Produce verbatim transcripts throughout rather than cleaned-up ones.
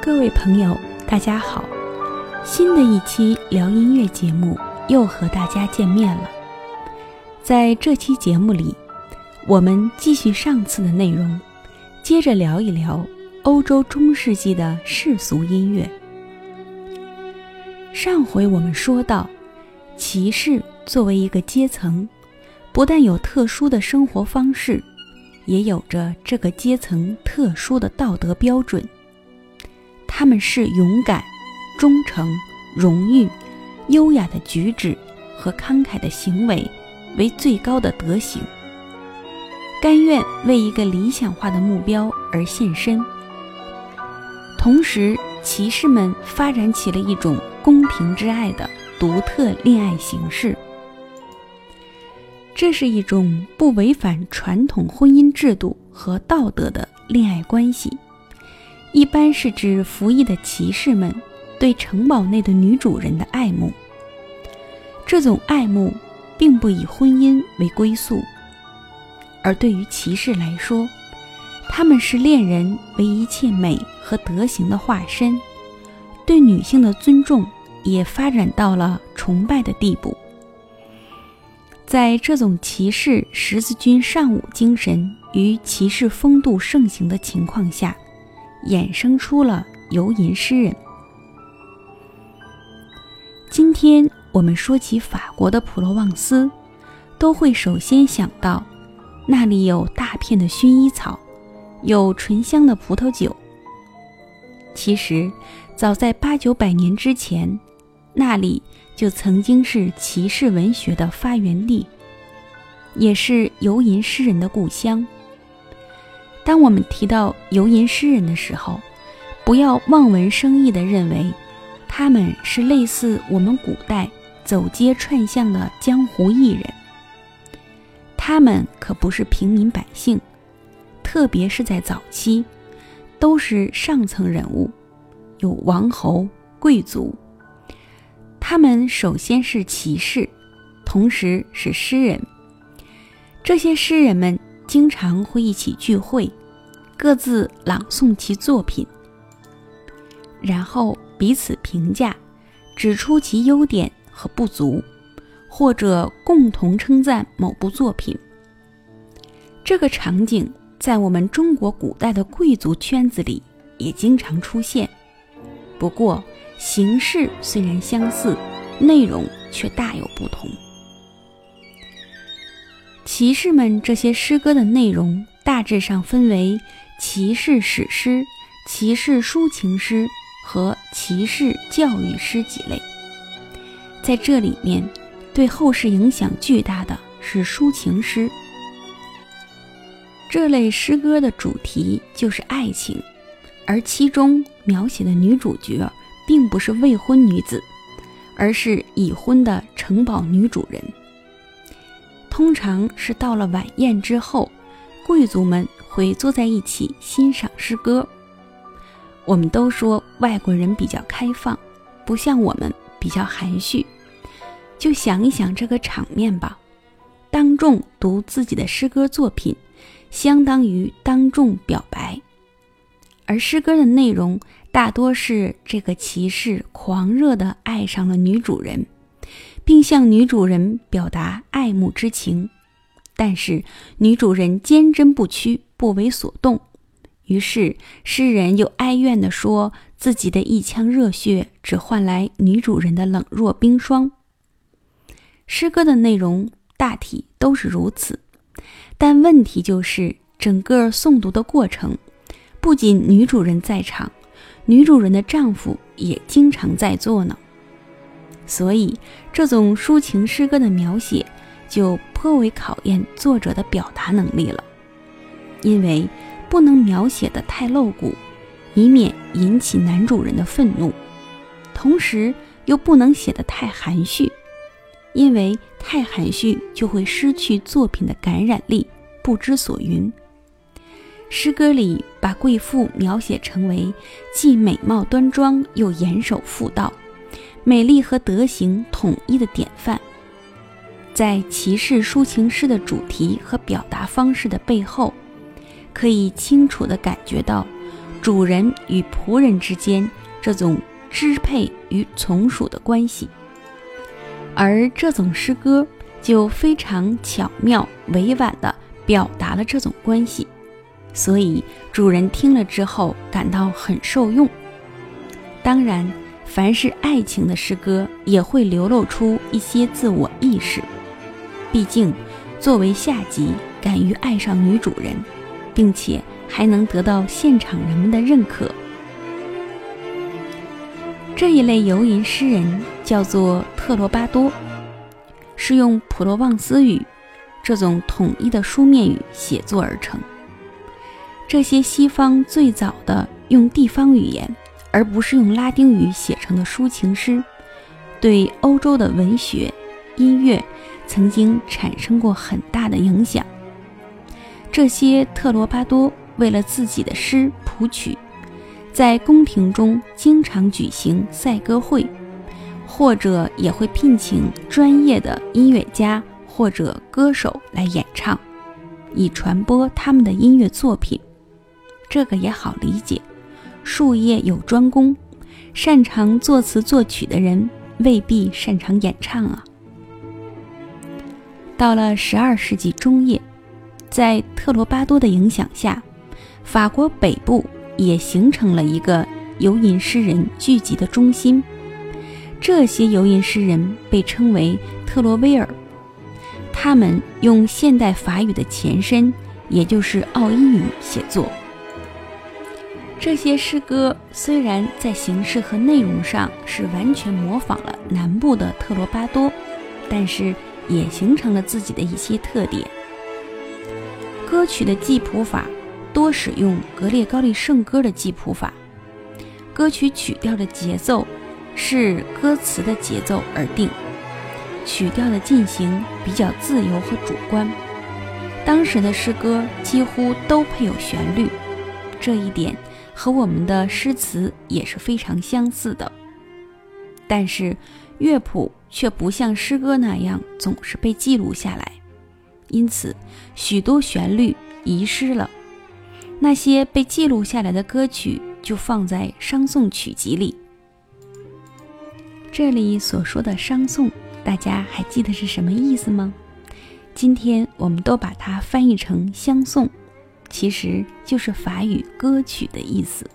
各位朋友，大家好，新的一期聊音乐节目又和大家见面了。在这期节目里，我们继续上次的内容，接着聊一聊欧洲中世纪的世俗音乐。上回我们说到，骑士作为一个阶层，不但有特殊的生活方式，也有着这个阶层特殊的道德标准。他们是勇敢、忠诚、荣誉、优雅的举止和慷慨的行为为最高的德行，甘愿为一个理想化的目标而献身。同时，骑士们发展起了一种公平之爱的独特恋爱形式。这是一种不违反传统婚姻制度和道德的恋爱关系，一般是指服役的骑士们对城堡内的女主人的爱慕。这种爱慕并不以婚姻为归宿，而对于骑士来说，他们是恋人为一切美和德行的化身，对女性的尊重也发展到了崇拜的地步。在这种骑士十字军尚武精神与骑士风度盛行的情况下，衍生出了游吟诗人。今天我们说起法国的普罗旺斯，都会首先想到那里有大片的薰衣草，有醇香的葡萄酒。其实早在八九百年之前，那里就曾经是骑士文学的发源地，也是游吟诗人的故乡。当我们提到游吟诗人的时候，不要望文生义地认为他们是类似我们古代走街串巷的江湖艺人。他们可不是平民百姓，特别是在早期，都是上层人物，有王侯、贵族。他们首先是骑士，同时是诗人。这些诗人们经常会一起聚会，各自朗诵其作品，然后彼此评价，指出其优点和不足，或者共同称赞某部作品。这个场景在我们中国古代的贵族圈子里也经常出现，不过形式虽然相似，内容却大有不同。骑士们这些诗歌的内容大致上分为骑士史诗、骑士抒情诗和骑士教育诗几类。在这里面，对后世影响巨大的是抒情诗。这类诗歌的主题就是爱情，而其中描写的女主角并不是未婚女子，而是已婚的城堡女主人。通常是到了晚宴之后，贵族们会坐在一起欣赏诗歌。我们都说外国人比较开放，不像我们比较含蓄。就想一想这个场面吧，当众读自己的诗歌作品，相当于当众表白。而诗歌的内容大多是这个骑士狂热地爱上了女主人，并向女主人表达爱慕之情，但是女主人坚贞不屈，不为所动。于是诗人又哀怨地说，自己的一腔热血只换来女主人的冷若冰霜。诗歌的内容大体都是如此，但问题就是整个诵读的过程，不仅女主人在场，女主人的丈夫也经常在座呢。所以这种抒情诗歌的描写就颇为考验作者的表达能力了，因为不能描写得太露骨，以免引起男主人的愤怒，同时又不能写得太含蓄，因为太含蓄就会失去作品的感染力，不知所云。诗歌里把贵妇描写成为既美貌端庄又严守妇道，美丽和德行统一的典范。在骑士抒情诗的主题和表达方式的背后，可以清楚地感觉到主人与仆人之间这种支配与从属的关系。而这种诗歌就非常巧妙委婉地表达了这种关系，所以主人听了之后感到很受用。当然，凡是爱情的诗歌也会流露出一些自我意识，毕竟作为下级敢于爱上女主人，并且还能得到现场人们的认可。这一类游吟诗人叫做特罗巴多，是用普罗旺斯语这种统一的书面语写作而成。这些西方最早的用地方语言而不是用拉丁语写成的抒情诗，对欧洲的文学、音乐曾经产生过很大的影响。这些特罗巴多为了自己的诗谱曲，在宫廷中经常举行赛歌会，或者也会聘请专业的音乐家或者歌手来演唱，以传播他们的音乐作品。这个也好理解，术业有专攻，擅长作词作曲的人未必擅长演唱啊。到了十二世纪中叶，在特罗巴多的影响下，法国北部也形成了一个游吟诗人聚集的中心。这些游吟诗人被称为特罗威尔，他们用现代法语的前身，也就是奥伊语写作。这些诗歌虽然在形式和内容上是完全模仿了南部的特罗巴多，但是也形成了自己的一些特点。歌曲的记谱法多使用格列高利圣歌的记谱法，歌曲曲调的节奏是歌词的节奏而定，曲调的进行比较自由和主观。当时的诗歌几乎都配有旋律，这一点和我们的诗词也是非常相似的。但是乐谱却不像诗歌那样总是被记录下来，因此许多旋律遗失了。那些被记录下来的歌曲就放在商颂曲集里。这里所说的商颂，大家还记得是什么意思吗？今天我们都把它翻译成相颂，其实就是法语歌曲的意思。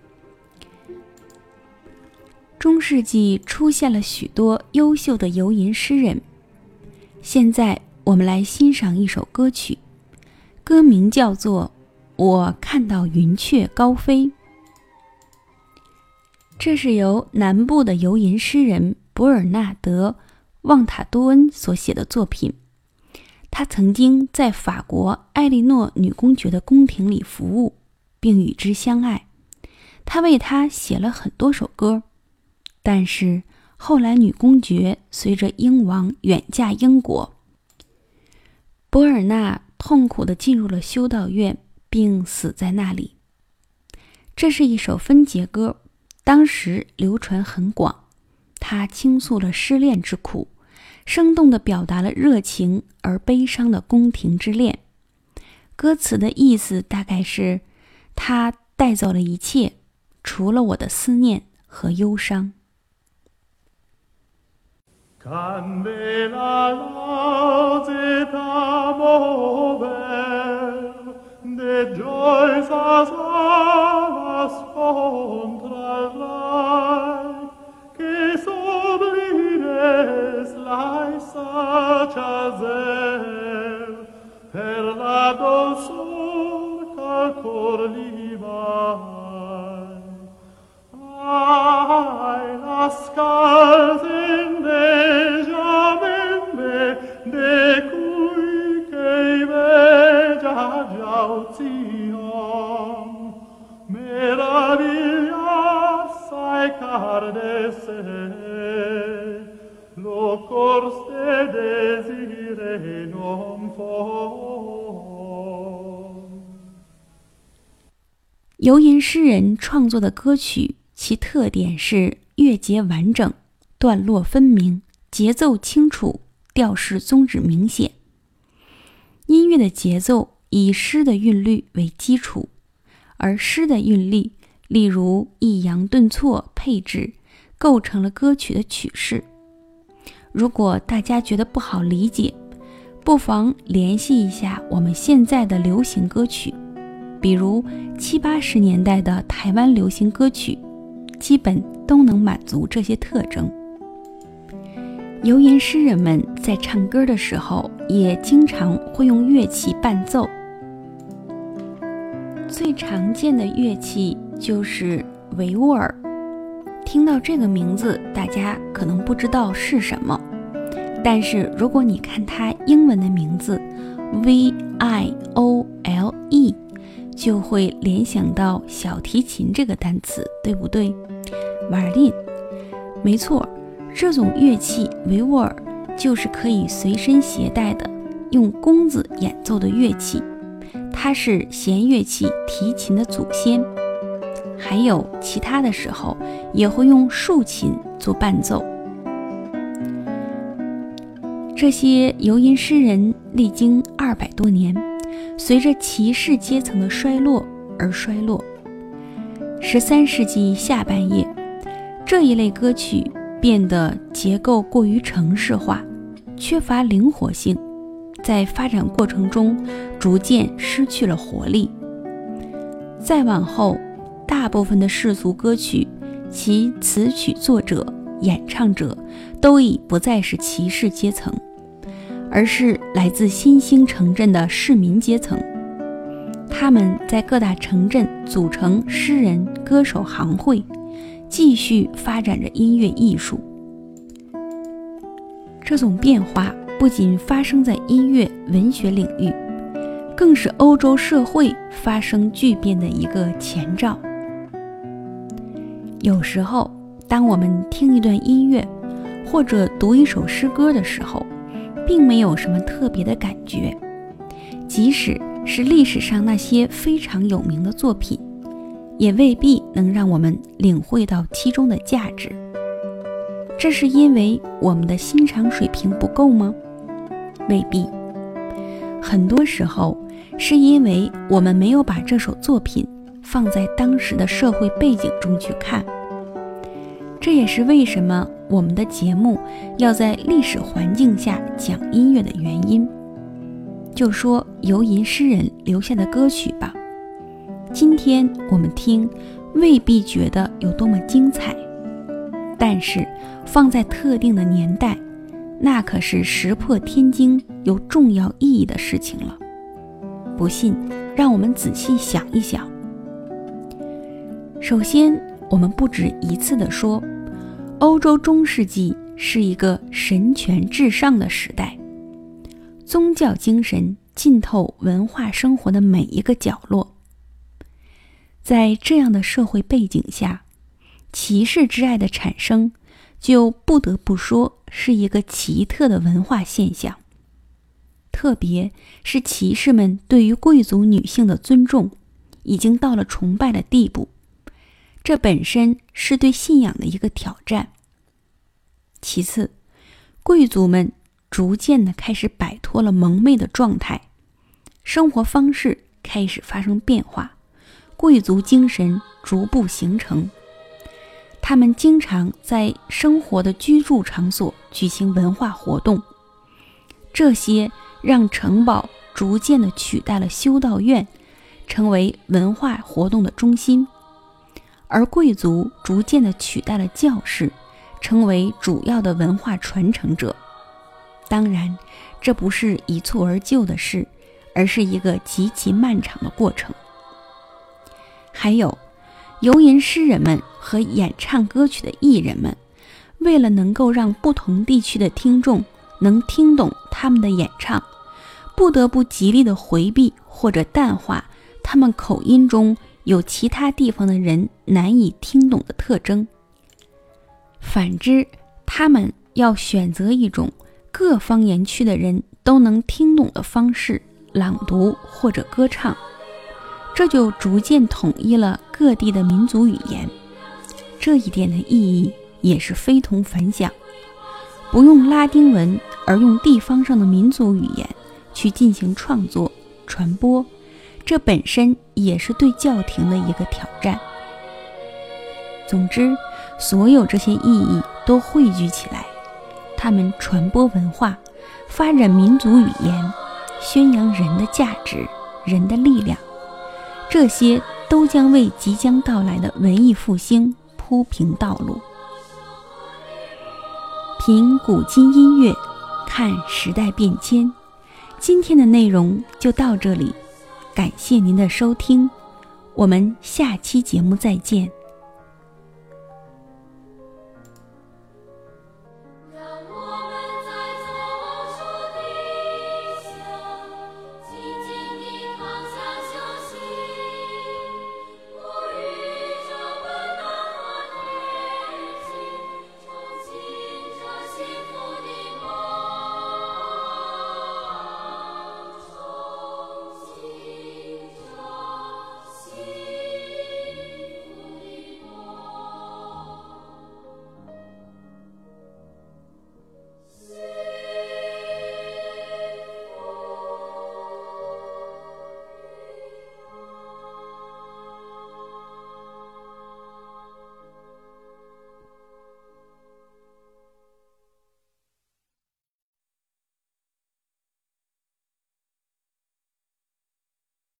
中世纪出现了许多优秀的游吟诗人，现在我们来欣赏一首歌曲，歌名叫做《我看到云雀高飞》。这是由南部的游吟诗人伯尔纳德·旺塔多恩所写的作品。他曾经在法国埃莉诺女公爵的宫廷里服务，并与之相爱。他为她写了很多首歌，但是后来女公爵随着英王远嫁英国，伯尔纳痛苦地进入了修道院，并死在那里。这是一首分节歌，当时流传很广。他倾诉了失恋之苦，生动地表达了热情而悲伤的宫廷之恋。歌词的意思大概是，他带走了一切，除了我的思念和忧伤。游吟诗人创作的歌曲，其特点是乐节完整，段落分明，节奏清楚，调式宗旨明显。音乐的节奏以诗的韵律为基础，而诗的韵律例如抑扬顿挫配置构成了歌曲的曲式。如果大家觉得不好理解，不妨联系一下我们现在的流行歌曲，比如七八十年代的台湾流行歌曲，基本都能满足这些特征。游吟诗人们在唱歌的时候也经常会用乐器伴奏，最常见的乐器就是维吾尔。听到这个名字，大家可能不知道是什么，但是如果你看它英文的名字 V I O L E， 就会联想到小提琴这个单词，对不对？ Violin， 没错，这种乐器维吾尔就是可以随身携带的用弓子演奏的乐器，它是弦乐器提琴的祖先，还有其他的时候也会用竖琴做伴奏。这些游吟诗人历经二百多年，随着骑士阶层的衰落而衰落。十三世纪下半叶，这一类歌曲变得结构过于程式化，缺乏灵活性，在发展过程中逐渐失去了活力。再往后，大部分的世俗歌曲，其词曲作者、演唱者都已不再是骑士阶层，而是来自新兴城镇的市民阶层。他们在各大城镇组成诗人、歌手行会，继续发展着音乐艺术。这种变化不仅发生在音乐、文学领域，更是欧洲社会发生巨变的一个前兆。有时候，当我们听一段音乐，或者读一首诗歌的时候，并没有什么特别的感觉，即使是历史上那些非常有名的作品，也未必能让我们领会到其中的价值。这是因为我们的欣赏水平不够吗？未必。很多时候是因为我们没有把这首作品放在当时的社会背景中去看。这也是为什么我们的节目要在历史环境下讲音乐的原因。就说游吟诗人留下的歌曲吧，今天我们听未必觉得有多么精彩，但是放在特定的年代，那可是石破天惊有重要意义的事情了。不信，让我们仔细想一想。首先，我们不止一次地说，欧洲中世纪是一个神权至上的时代，宗教精神浸透文化生活的每一个角落。在这样的社会背景下，骑士之爱的产生就不得不说是一个奇特的文化现象，特别是骑士们对于贵族女性的尊重已经到了崇拜的地步，这本身是对信仰的一个挑战。其次，贵族们逐渐地开始摆脱了蒙昧的状态，生活方式开始发生变化，贵族精神逐步形成。他们经常在生活的居住场所举行文化活动，这些让城堡逐渐地取代了修道院，成为文化活动的中心，而贵族逐渐地取代了教士，成为主要的文化传承者。当然，这不是一蹴而就的事，而是一个极其漫长的过程。还有，游吟诗人们和演唱歌曲的艺人们，为了能够让不同地区的听众能听懂他们的演唱，不得不极力的回避或者淡化他们口音中有其他地方的人难以听懂的特征。反之，他们要选择一种各方言区的人都能听懂的方式朗读或者歌唱，这就逐渐统一了各地的民族语言。这一点的意义也是非同凡响，不用拉丁文而用地方上的民族语言去进行创作传播，这本身也是对教廷的一个挑战。 总之，所有这些意义都汇聚起来，它们传播文化，发展民族语言，宣扬人的价值、人的力量，这些都将为即将到来的文艺复兴铺平道路。品古今音乐，看时代变迁。今天的内容就到这里，感谢您的收听，我们下期节目再见。